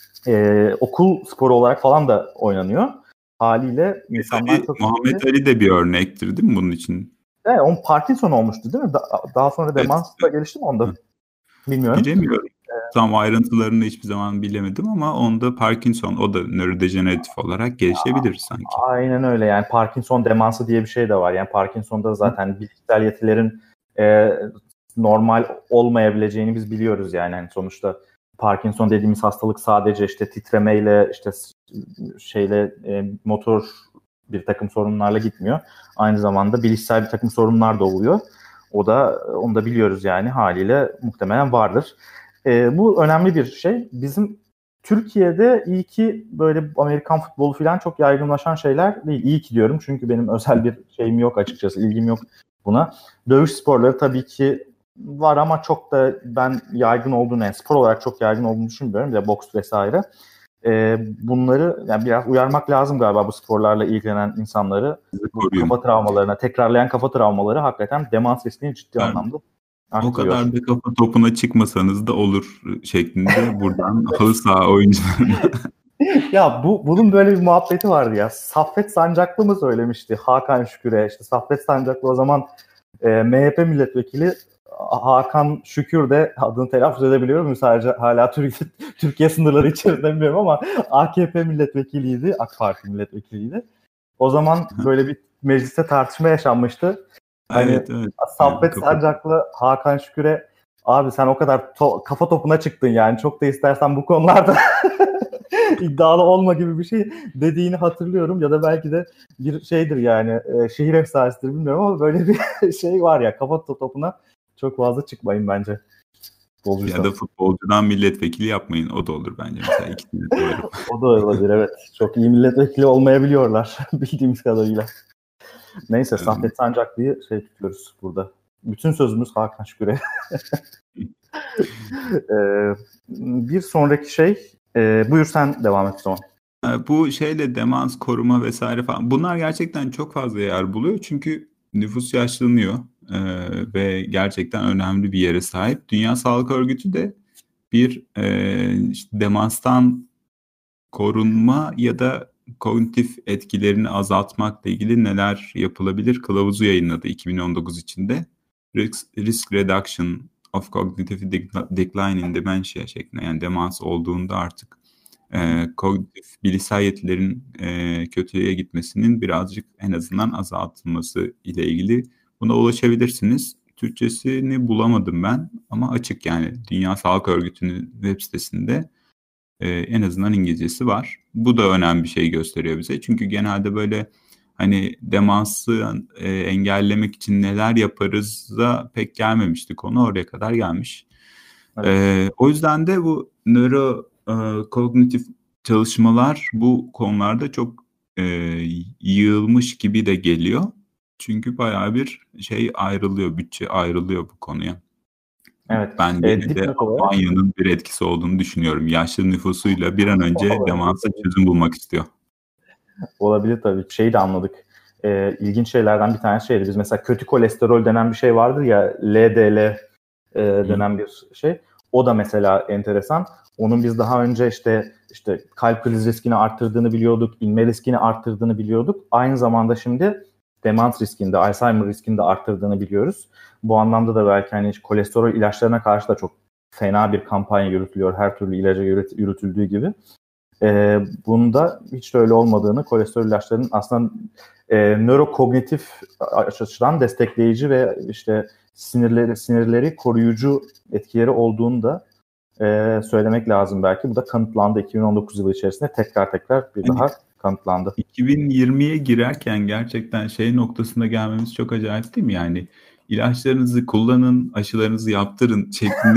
[SPEAKER 2] okul sporu olarak falan da oynanıyor. Haliyle insanlar çok
[SPEAKER 3] Muhammed Ali de bir örnektir değil mi bunun için?
[SPEAKER 2] Evet, onun Parkinson olmuştu değil mi? Daha sonra demans da gelişti mi onda? Bilmiyorum.
[SPEAKER 3] Bilemiyorum. Tam ayrıntılarını hiçbir zaman bilemedim ama onda Parkinson, o da nörodejeneratif olarak gelişebilir sanki.
[SPEAKER 2] Aynen öyle, yani Parkinson demansı diye bir şey de var. Yani Parkinson'da zaten bilişsel yetilerin normal olmayabileceğini biz biliyoruz yani. Yani sonuçta Parkinson dediğimiz hastalık sadece işte titremeyle, işte şeyle motor bir takım sorunlarla gitmiyor. Aynı zamanda bilişsel bir takım sorunlar da oluyor. Onu da biliyoruz yani, haliyle muhtemelen vardır. Bu önemli bir şey. Bizim Türkiye'de iyi ki böyle Amerikan futbolu falan çok yaygınlaşan şeyler değil. İyi ki diyorum çünkü benim özel bir şeyim yok açıkçası, ilgim yok buna. Dövüş sporları tabii ki var ama çok da ben yaygın olduğunu, yani spor olarak çok yaygın olduğunu düşünmüyorum. Bir de boks vesaire. Bunları yani biraz uyarmak lazım galiba, bu sporlarla ilgilenen insanları. Bu kafa travmalarına, tekrarlayan kafa travmaları hakikaten demans riskini ciddi anlamda arttırıyor.
[SPEAKER 3] O kadar da kafa topuna çıkmasanız da olur şeklinde buradan halı saha oyuncularına.
[SPEAKER 2] Ya bunun böyle bir muhabbeti vardı ya. Saffet Sancaklı mı söylemişti Hakan Şükür'e? İşte Saffet Sancaklı o zaman MHP milletvekili, Hakan Şükür de adını telaffuz edebiliyorum mu? Sadece hala Türkiye sınırları içerisinde bilmiyorum ama AKP milletvekiliydi, AK Parti milletvekiliydi. O zaman böyle bir mecliste tartışma yaşanmıştı. Hani
[SPEAKER 3] Evet.
[SPEAKER 2] Saffet Sancaklı Hakan Şükür'e, abi sen o kadar kafa topuna çıktın yani, çok da istersen bu konularda iddialı olma gibi bir şey dediğini hatırlıyorum. Ya da belki de bir şeydir yani, şehir efsanesidir bilmiyorum ama böyle bir şey var ya, kafa topuna çok fazla çıkmayın bence.
[SPEAKER 3] Ya da futbolcudan milletvekili yapmayın, o da olur bence mesela, ikisini de olur.
[SPEAKER 2] O da olabilir, evet. Çok iyi milletvekili olmayabiliyorlar bildiğimiz kadarıyla. Neyse, Saffet Sancaklı'yı tutuyoruz burada. Bütün sözümüz Hakan Şükür'e. Bir sonraki şey, buyur sen devam et sonra.
[SPEAKER 3] Bu şeyle demans koruma vesaire falan, bunlar gerçekten çok fazla yer buluyor çünkü nüfus yaşlanıyor ve gerçekten önemli bir yere sahip. Dünya Sağlık Örgütü de bir işte demanstan korunma ya da kognitif etkilerini azaltmakla ilgili neler yapılabilir kılavuzu yayınladı 2019 içinde. Risk Reduction of Cognitive Decline in Dementia şeklinde, yani demans olduğunda artık kognitif bilişsel yetilerin kötüye gitmesinin birazcık en azından azaltılması ile ilgili buna ulaşabilirsiniz. Türkçesini bulamadım ben ama açık, yani Dünya Sağlık Örgütü'nün web sitesinde en azından İngilizcesi var. Bu da önemli bir şey gösteriyor bize. Çünkü genelde böyle hani demansı engellemek için neler yaparız da pek gelmemişti konu, oraya kadar gelmiş. Evet. O yüzden de bu kognitif çalışmalar bu konularda çok yığılmış gibi de geliyor. Çünkü bayağı bir şey ayrılıyor, bütçe ayrılıyor bu konuya.
[SPEAKER 2] Evet.
[SPEAKER 3] Ben yine de Almanya'nın bir etkisi olduğunu düşünüyorum. Yaşlı nüfusuyla bir an önce demansa çözüm bulmak istiyor.
[SPEAKER 2] Olabilir tabii. Şeyi de anladık. İlginç şeylerden bir tanesi şeydi. Biz mesela kötü kolesterol denen bir şey vardır ya, LDL denen bir şey. O da mesela enteresan. Onun biz daha önce işte kalp krizi riskini arttırdığını biliyorduk, inme riskini arttırdığını biliyorduk. Aynı zamanda şimdi demans riskinde, Alzheimer riskini de arttırdığını biliyoruz. Bu anlamda da belki hani kolesterol ilaçlarına karşı da çok fena bir kampanya yürütülüyor. Her türlü ilaca yürütüldüğü gibi. Bunda hiç de öyle olmadığını, kolesterol ilaçlarının aslında nörokognitif açıdan destekleyici ve işte sinirleri koruyucu etkileri olduğunu da söylemek lazım belki. Bu da kanıtlandı 2019 yılı içerisinde tekrar bir daha kanıtlandı.
[SPEAKER 3] 2020'ye girerken gerçekten şey noktasına gelmemiz çok acayip değil mi? Yani ilaçlarınızı kullanın, aşılarınızı yaptırın şeklinde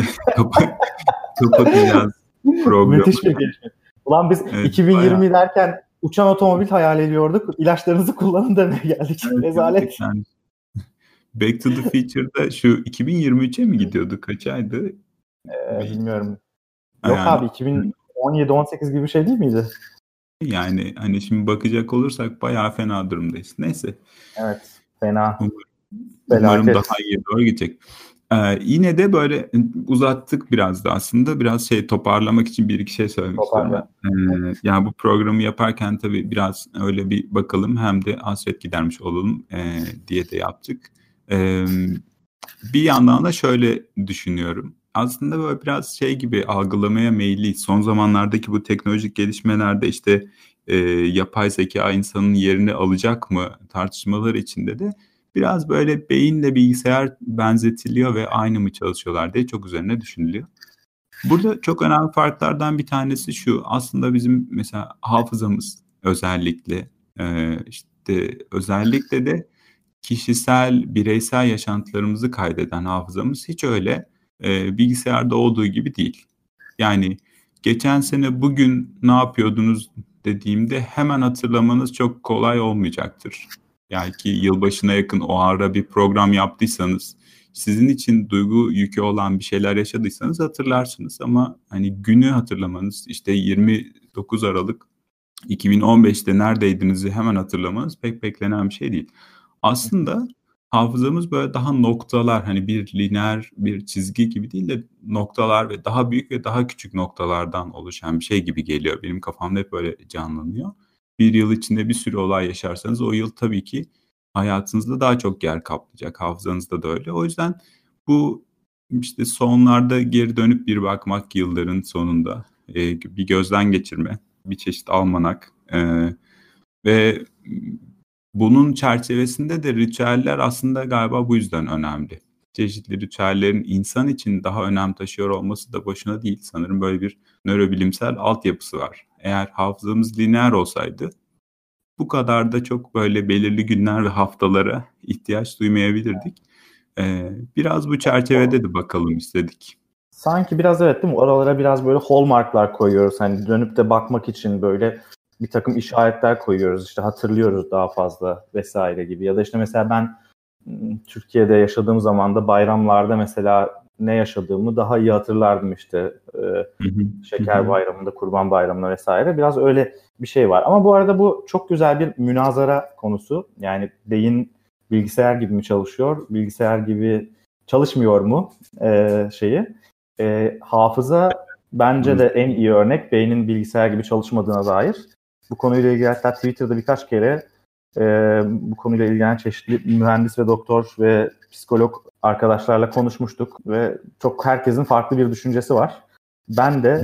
[SPEAKER 3] kapatacağız programı.
[SPEAKER 2] Müthiş bir gelişme. Ulan biz 2020 bayağı derken uçan otomobil hayal ediyorduk. İlaçlarınızı kullanın demeye geldik. Evet, rezalet.
[SPEAKER 3] Yani Back to the Future'da şu 2023'e mi gidiyordu? Kaç aydı?
[SPEAKER 2] Bilmiyorum. Yok yani, abi 2017-18 gibi bir şey değil miydi?
[SPEAKER 3] Yani hani şimdi bakacak olursak bayağı fena durumdayız. Neyse.
[SPEAKER 2] Evet, fena.
[SPEAKER 3] Umarım daha iyi doğru gidecek. Yine de böyle uzattık biraz da aslında. Biraz toparlamak için bir iki şey söylemek istiyorum. Yani bu programı yaparken tabii biraz öyle bir bakalım, hem de hasret gidermiş olalım diye de yaptık. Bir yandan da şöyle düşünüyorum. Aslında böyle biraz şey gibi algılamaya meyilliyiz. Son zamanlardaki bu teknolojik gelişmelerde işte yapay zeka insanın yerini alacak mı tartışmaları içinde de biraz böyle beyinle bilgisayar benzetiliyor ve aynı mı çalışıyorlar diye çok üzerine düşünülüyor. Burada çok önemli farklardan bir tanesi şu. Aslında bizim mesela hafızamız özellikle özellikle de kişisel, bireysel yaşantılarımızı kaydeden hafızamız hiç öyle bilgisayarda olduğu gibi değil. Yani geçen sene bugün ne yapıyordunuz dediğimde hemen hatırlamanız çok kolay olmayacaktır. Yani ki yılbaşına yakın o ara bir program yaptıysanız, sizin için duygu yükü olan bir şeyler yaşadıysanız hatırlarsınız. Ama hani günü hatırlamanız, işte 29 Aralık 2015'te neredeydinizi hemen hatırlamanız pek beklenen bir şey değil. Aslında hafızamız böyle daha noktalar, hani bir lineer bir çizgi gibi değil de noktalar ve daha büyük ve daha küçük noktalardan oluşan bir şey gibi geliyor. Benim kafamda hep böyle canlanıyor. Bir yıl içinde bir sürü olay yaşarsanız o yıl tabii ki hayatınızda daha çok yer kaplayacak. Hafızanızda da öyle. O yüzden bu işte sonlarda geri dönüp bir bakmak, yılların sonunda bir gözden geçirme, bir çeşit almanak ve bunun çerçevesinde de ritüeller aslında galiba bu yüzden önemli. Çeşitli ritüellerin insan için daha önem taşıyor olması da boşuna değil. Sanırım böyle bir nörobilimsel altyapısı var. Eğer hafızamız lineer olsaydı bu kadar da çok böyle belirli günler ve haftalara ihtiyaç duymayabilirdik. Biraz bu çerçevede de bakalım istedik.
[SPEAKER 2] Sanki biraz evet değil mi? Oralara biraz böyle hallmarklar koyuyoruz. Hani dönüp de bakmak için böyle bir takım işaretler koyuyoruz. İşte hatırlıyoruz daha fazla vesaire gibi. Ya da işte mesela ben Türkiye'de yaşadığım zaman da bayramlarda mesela ne yaşadığımı daha iyi hatırlardım işte. Şeker bayramında, kurban bayramında vesaire. Biraz öyle bir şey var. Ama bu arada bu çok güzel bir münazara konusu. Yani beyin bilgisayar gibi mi çalışıyor? Bilgisayar gibi çalışmıyor mu? Hafıza bence de en iyi örnek beynin bilgisayar gibi çalışmadığına dair. Bu konuyla ilgili hatta Twitter'da birkaç kere bu konuyla ilgilenen çeşitli mühendis ve doktor ve psikolog arkadaşlarla konuşmuştuk ve çok herkesin farklı bir düşüncesi var. Ben de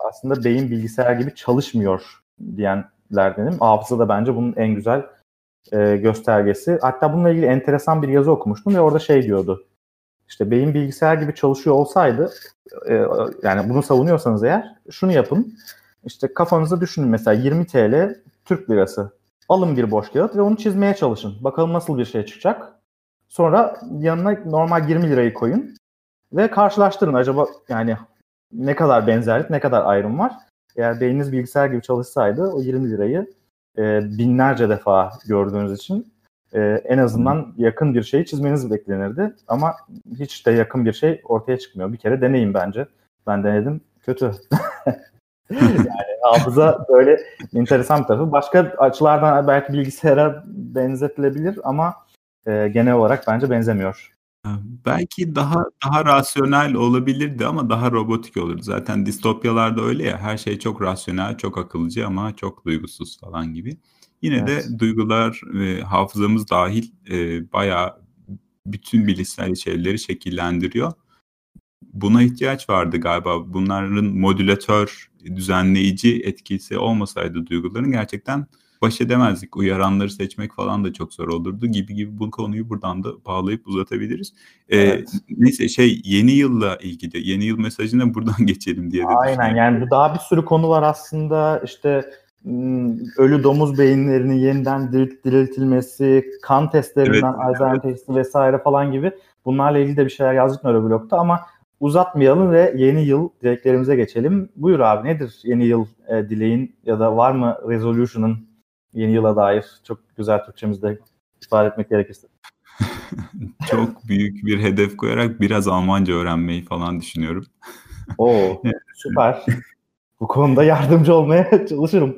[SPEAKER 2] aslında beyin bilgisayar gibi çalışmıyor diyenlerdenim. Hafıza da bence bunun en güzel göstergesi. Hatta bununla ilgili enteresan bir yazı okumuştum ve orada şey diyordu. İşte beyin bilgisayar gibi çalışıyor olsaydı, yani bunu savunuyorsanız eğer şunu yapın. İşte kafanızda düşünün, mesela 20 TL Türk lirası. Alın bir boş kağıt ve onu çizmeye çalışın. Bakalım nasıl bir şey çıkacak. Sonra yanına normal 20 lirayı koyun ve karşılaştırın. Acaba yani ne kadar benzerlik, ne kadar ayrım var? Eğer beyniniz bilgisayar gibi çalışsaydı o 20 lirayı binlerce defa gördüğünüz için en azından yakın bir şey çizmeniz beklenirdi. Ama hiç de yakın bir şey ortaya çıkmıyor. Bir kere deneyin bence. Ben denedim. Kötü. Yani hafıza böyle enteresan bir tarafı. Başka açılardan belki bilgisayara benzetilebilir ama genel olarak bence benzemiyor.
[SPEAKER 3] Belki daha rasyonel olabilirdi ama daha robotik olurdu. Zaten distopyalarda öyle ya, her şey çok rasyonel, çok akılcı ama çok duygusuz falan gibi. Yine de duygular ve hafızamız dahil bayağı bütün bilişsel şeyleri şekillendiriyor. Buna ihtiyaç vardı galiba. Bunların modülatör, düzenleyici etkisi olmasaydı duyguların gerçekten baş edemezdik. Uyaranları seçmek falan da çok zor olurdu gibi bu konuyu buradan da bağlayıp uzatabiliriz. Neyse yeni yılla ilgili, yeni yıl mesajına buradan geçelim diye de
[SPEAKER 2] Aynen,
[SPEAKER 3] düşünüyorum.
[SPEAKER 2] yani bu daha bir sürü konu var aslında. İşte ölü domuz beyinlerinin yeniden diriltilmesi, kan testlerinden Alzheimer testi vesaire falan gibi bunlarla ilgili de bir şeyler yazdık Nöroblog'da ama uzatmayalım ve yeni yıl dileklerimize geçelim. Buyur abi, nedir yeni yıl dileğin ya da var mı resolution'ın yeni yıla dair? Çok güzel Türkçemizde ifade etmek gerekirse.
[SPEAKER 3] Çok büyük bir hedef koyarak biraz Almanca öğrenmeyi falan düşünüyorum.
[SPEAKER 2] Oo, süper. Bu konuda yardımcı olmaya çalışırım.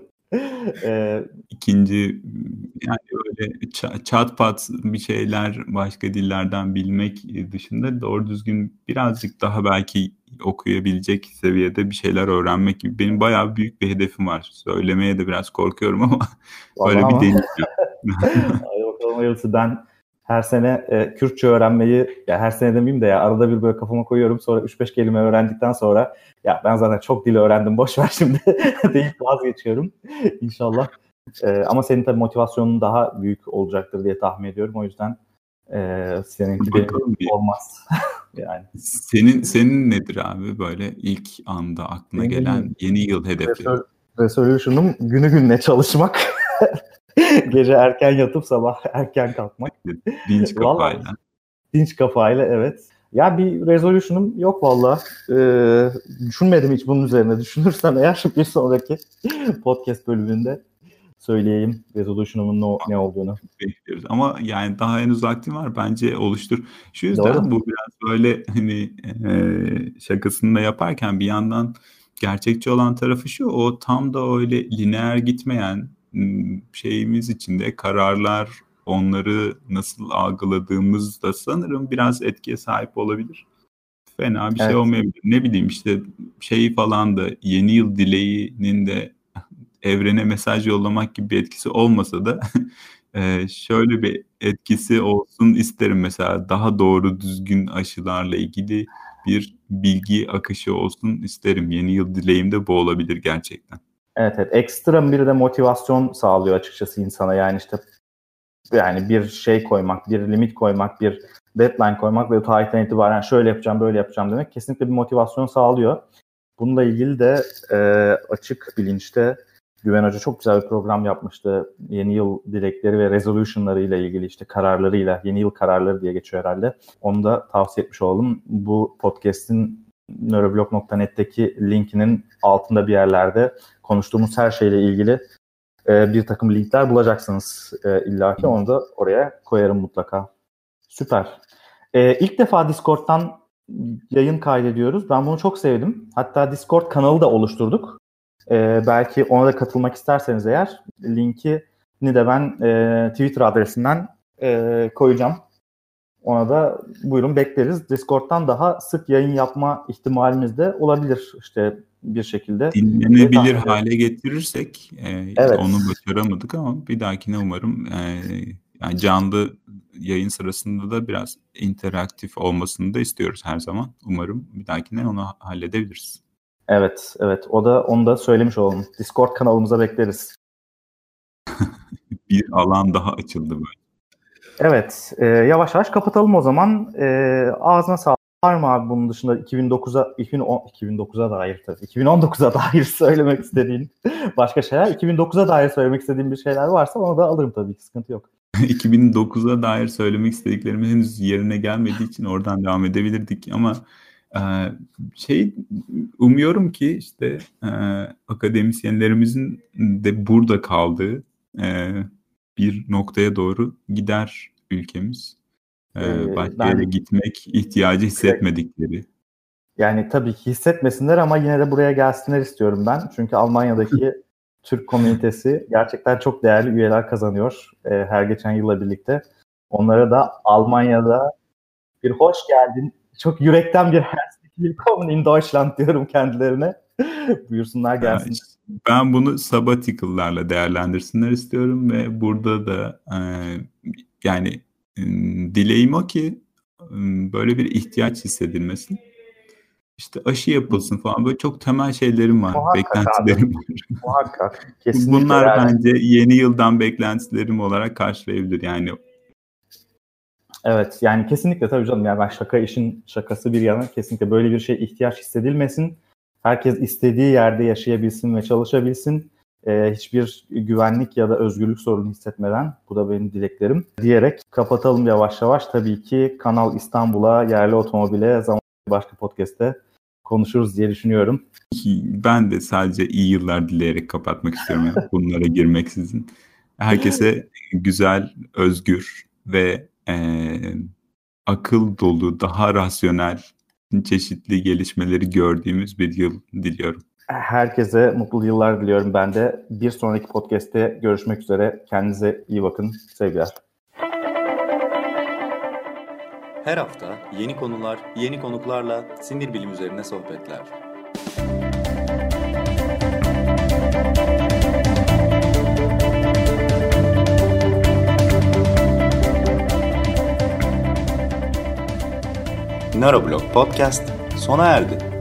[SPEAKER 3] İkinci, yani öyle çat pat bir şeyler başka dillerden bilmek dışında doğru düzgün birazcık daha belki okuyabilecek seviyede bir şeyler öğrenmek gibi benim bayağı büyük bir hedefim var. Söylemeye de biraz korkuyorum ama böyle bir deneyeceğim.
[SPEAKER 2] Hadi bakalım hayırlısı. Ben her sene Kürtçe öğrenmeyi, ya her sene demeyeyim de ya arada bir böyle kafama koyuyorum. Sonra 3-5 kelime öğrendikten sonra ya ben zaten çok dil öğrendim, boş ver şimdi deyip vazgeçiyorum. İnşallah. Ama senin tabii motivasyonun daha büyük olacaktır diye tahmin ediyorum. O yüzden seninki benim olmaz. Yani.
[SPEAKER 3] Senin nedir abi böyle ilk anda aklına gelen yeni yıl hedefleri?
[SPEAKER 2] Resolution'um günü gününe çalışmak. Gece erken yatıp sabah erken kalkmak.
[SPEAKER 3] Dinç kafayla.
[SPEAKER 2] Vallahi, dinç kafayla, evet. Ya bir resolution'um yok valla. Düşünmedim hiç bunun üzerine. Düşünürsem eğer bir sonraki podcast bölümünde söyleyeyim resolution'umun ne olduğunu.
[SPEAKER 3] Bekliyoruz. Ama yani daha henüz vaktim var. Bence oluştur. Şu yüzden doğru. Bu biraz böyle hani şakasını da yaparken bir yandan gerçekçi olan tarafı şu. O tam da öyle lineer gitmeyen şeyimiz içinde kararlar, onları nasıl algıladığımız da sanırım biraz etkiye sahip olabilir. Fena bir şey olmayabilir. Ne bileyim işte şey falan da yeni yıl dileğinin de evrene mesaj yollamak gibi bir etkisi olmasa da şöyle bir etkisi olsun isterim. Mesela daha doğru düzgün aşılarla ilgili bir bilgi akışı olsun isterim. Yeni yıl dileğim de bu olabilir gerçekten.
[SPEAKER 2] Evet. Ekstra bir de motivasyon sağlıyor açıkçası insana. Yani işte yani bir şey koymak, bir limit koymak, bir deadline koymak ve tarihten itibaren şöyle yapacağım, böyle yapacağım demek kesinlikle bir motivasyon sağlıyor. Bununla ilgili de açık bilinçte Güven Hoca çok güzel bir program yapmıştı. Yeni yıl dilekleri ve resolution'ları ile ilgili, işte kararlarıyla, yeni yıl kararları diye geçiyor herhalde. Onu da tavsiye etmiş olalım. Bu podcast'in nöroblog.net'teki linkinin altında bir yerlerde konuştuğumuz her şeyle ilgili bir takım linkler bulacaksınız illaki. Onu da oraya koyarım mutlaka. Süper. İlk defa Discord'dan yayın kaydediyoruz. Ben bunu çok sevdim. Hatta Discord kanalı da oluşturduk. Belki ona da katılmak isterseniz eğer linkini de ben Twitter adresinden koyacağım. Ona da buyurun bekleriz. Discord'dan daha sık yayın yapma ihtimalimiz de olabilir işte bir şekilde.
[SPEAKER 3] Dinlenebilir hale getirirsek
[SPEAKER 2] evet.
[SPEAKER 3] Onu başaramadık ama bir dahakine umarım yani canlı yayın sırasında da biraz interaktif olmasını da istiyoruz her zaman. Umarım bir dahakine onu halledebiliriz.
[SPEAKER 2] Evet. Onu da söylemiş olalım. Discord kanalımıza bekleriz.
[SPEAKER 3] Bir alan daha açıldı böyle.
[SPEAKER 2] Evet. Yavaş yavaş kapatalım o zaman. Ağzına sağlık. Var mı abi bunun dışında 2009'a dair tabii. 2019'a dair söylemek istediğin başka şeyler? 2009'a dair söylemek istediğin bir şeyler varsa onu da alırım tabii ki. Sıkıntı yok.
[SPEAKER 3] 2009'a dair söylemek istediklerimiz henüz yerine gelmediği için oradan devam edebilirdik ama umuyorum ki işte akademisyenlerimizin de burada kaldığı bir noktaya doğru gider ülkemiz. Başka yere gitmek ihtiyacı hissetmedikleri.
[SPEAKER 2] Yani tabii ki hissetmesinler ama yine de buraya gelsinler istiyorum ben. Çünkü Almanya'daki Türk komünitesi gerçekten çok değerli üyeler kazanıyor her geçen yılla birlikte. Onlara da Almanya'da bir hoş geldin. Çok yürekten bir herzlich willkommen in Deutschland diyorum kendilerine. Buyursunlar gelsin.
[SPEAKER 3] Ben bunu sabbatical'larla değerlendirsinler istiyorum ve burada da yani dileğim o ki böyle bir ihtiyaç hissedilmesin. İşte aşı yapılsın falan, böyle çok temel şeylerim var, beklentilerim var.
[SPEAKER 2] Muhakkak. Kesinlikle.
[SPEAKER 3] Bunlar bence yeni yıldan beklentilerim olarak karşılayabilir yani.
[SPEAKER 2] Evet yani kesinlikle tabii canım, yani ben işin şakası bir yana kesinlikle böyle bir şeye ihtiyaç hissedilmesin. Herkes istediği yerde yaşayabilsin ve çalışabilsin. Hiçbir güvenlik ya da özgürlük sorunu hissetmeden, bu da benim dileklerim diyerek kapatalım yavaş yavaş. Tabii ki Kanal İstanbul'a, yerli otomobile zaman başka podcast'te konuşuruz diye düşünüyorum.
[SPEAKER 3] Ben de sadece iyi yıllar dileyerek kapatmak istiyorum. Yani bunlara girmeksizin. Herkese güzel, özgür ve akıl dolu, daha rasyonel, çeşitli gelişmeleri gördüğümüz bir yıl diliyorum.
[SPEAKER 2] Herkese mutlu yıllar diliyorum ben de. Bir sonraki podcast'te görüşmek üzere. Kendinize iyi bakın. Sevgiler.
[SPEAKER 1] Her hafta yeni konular, yeni konuklarla sinir bilim üzerine sohbetler. Neuroblog Podcast sona erdi.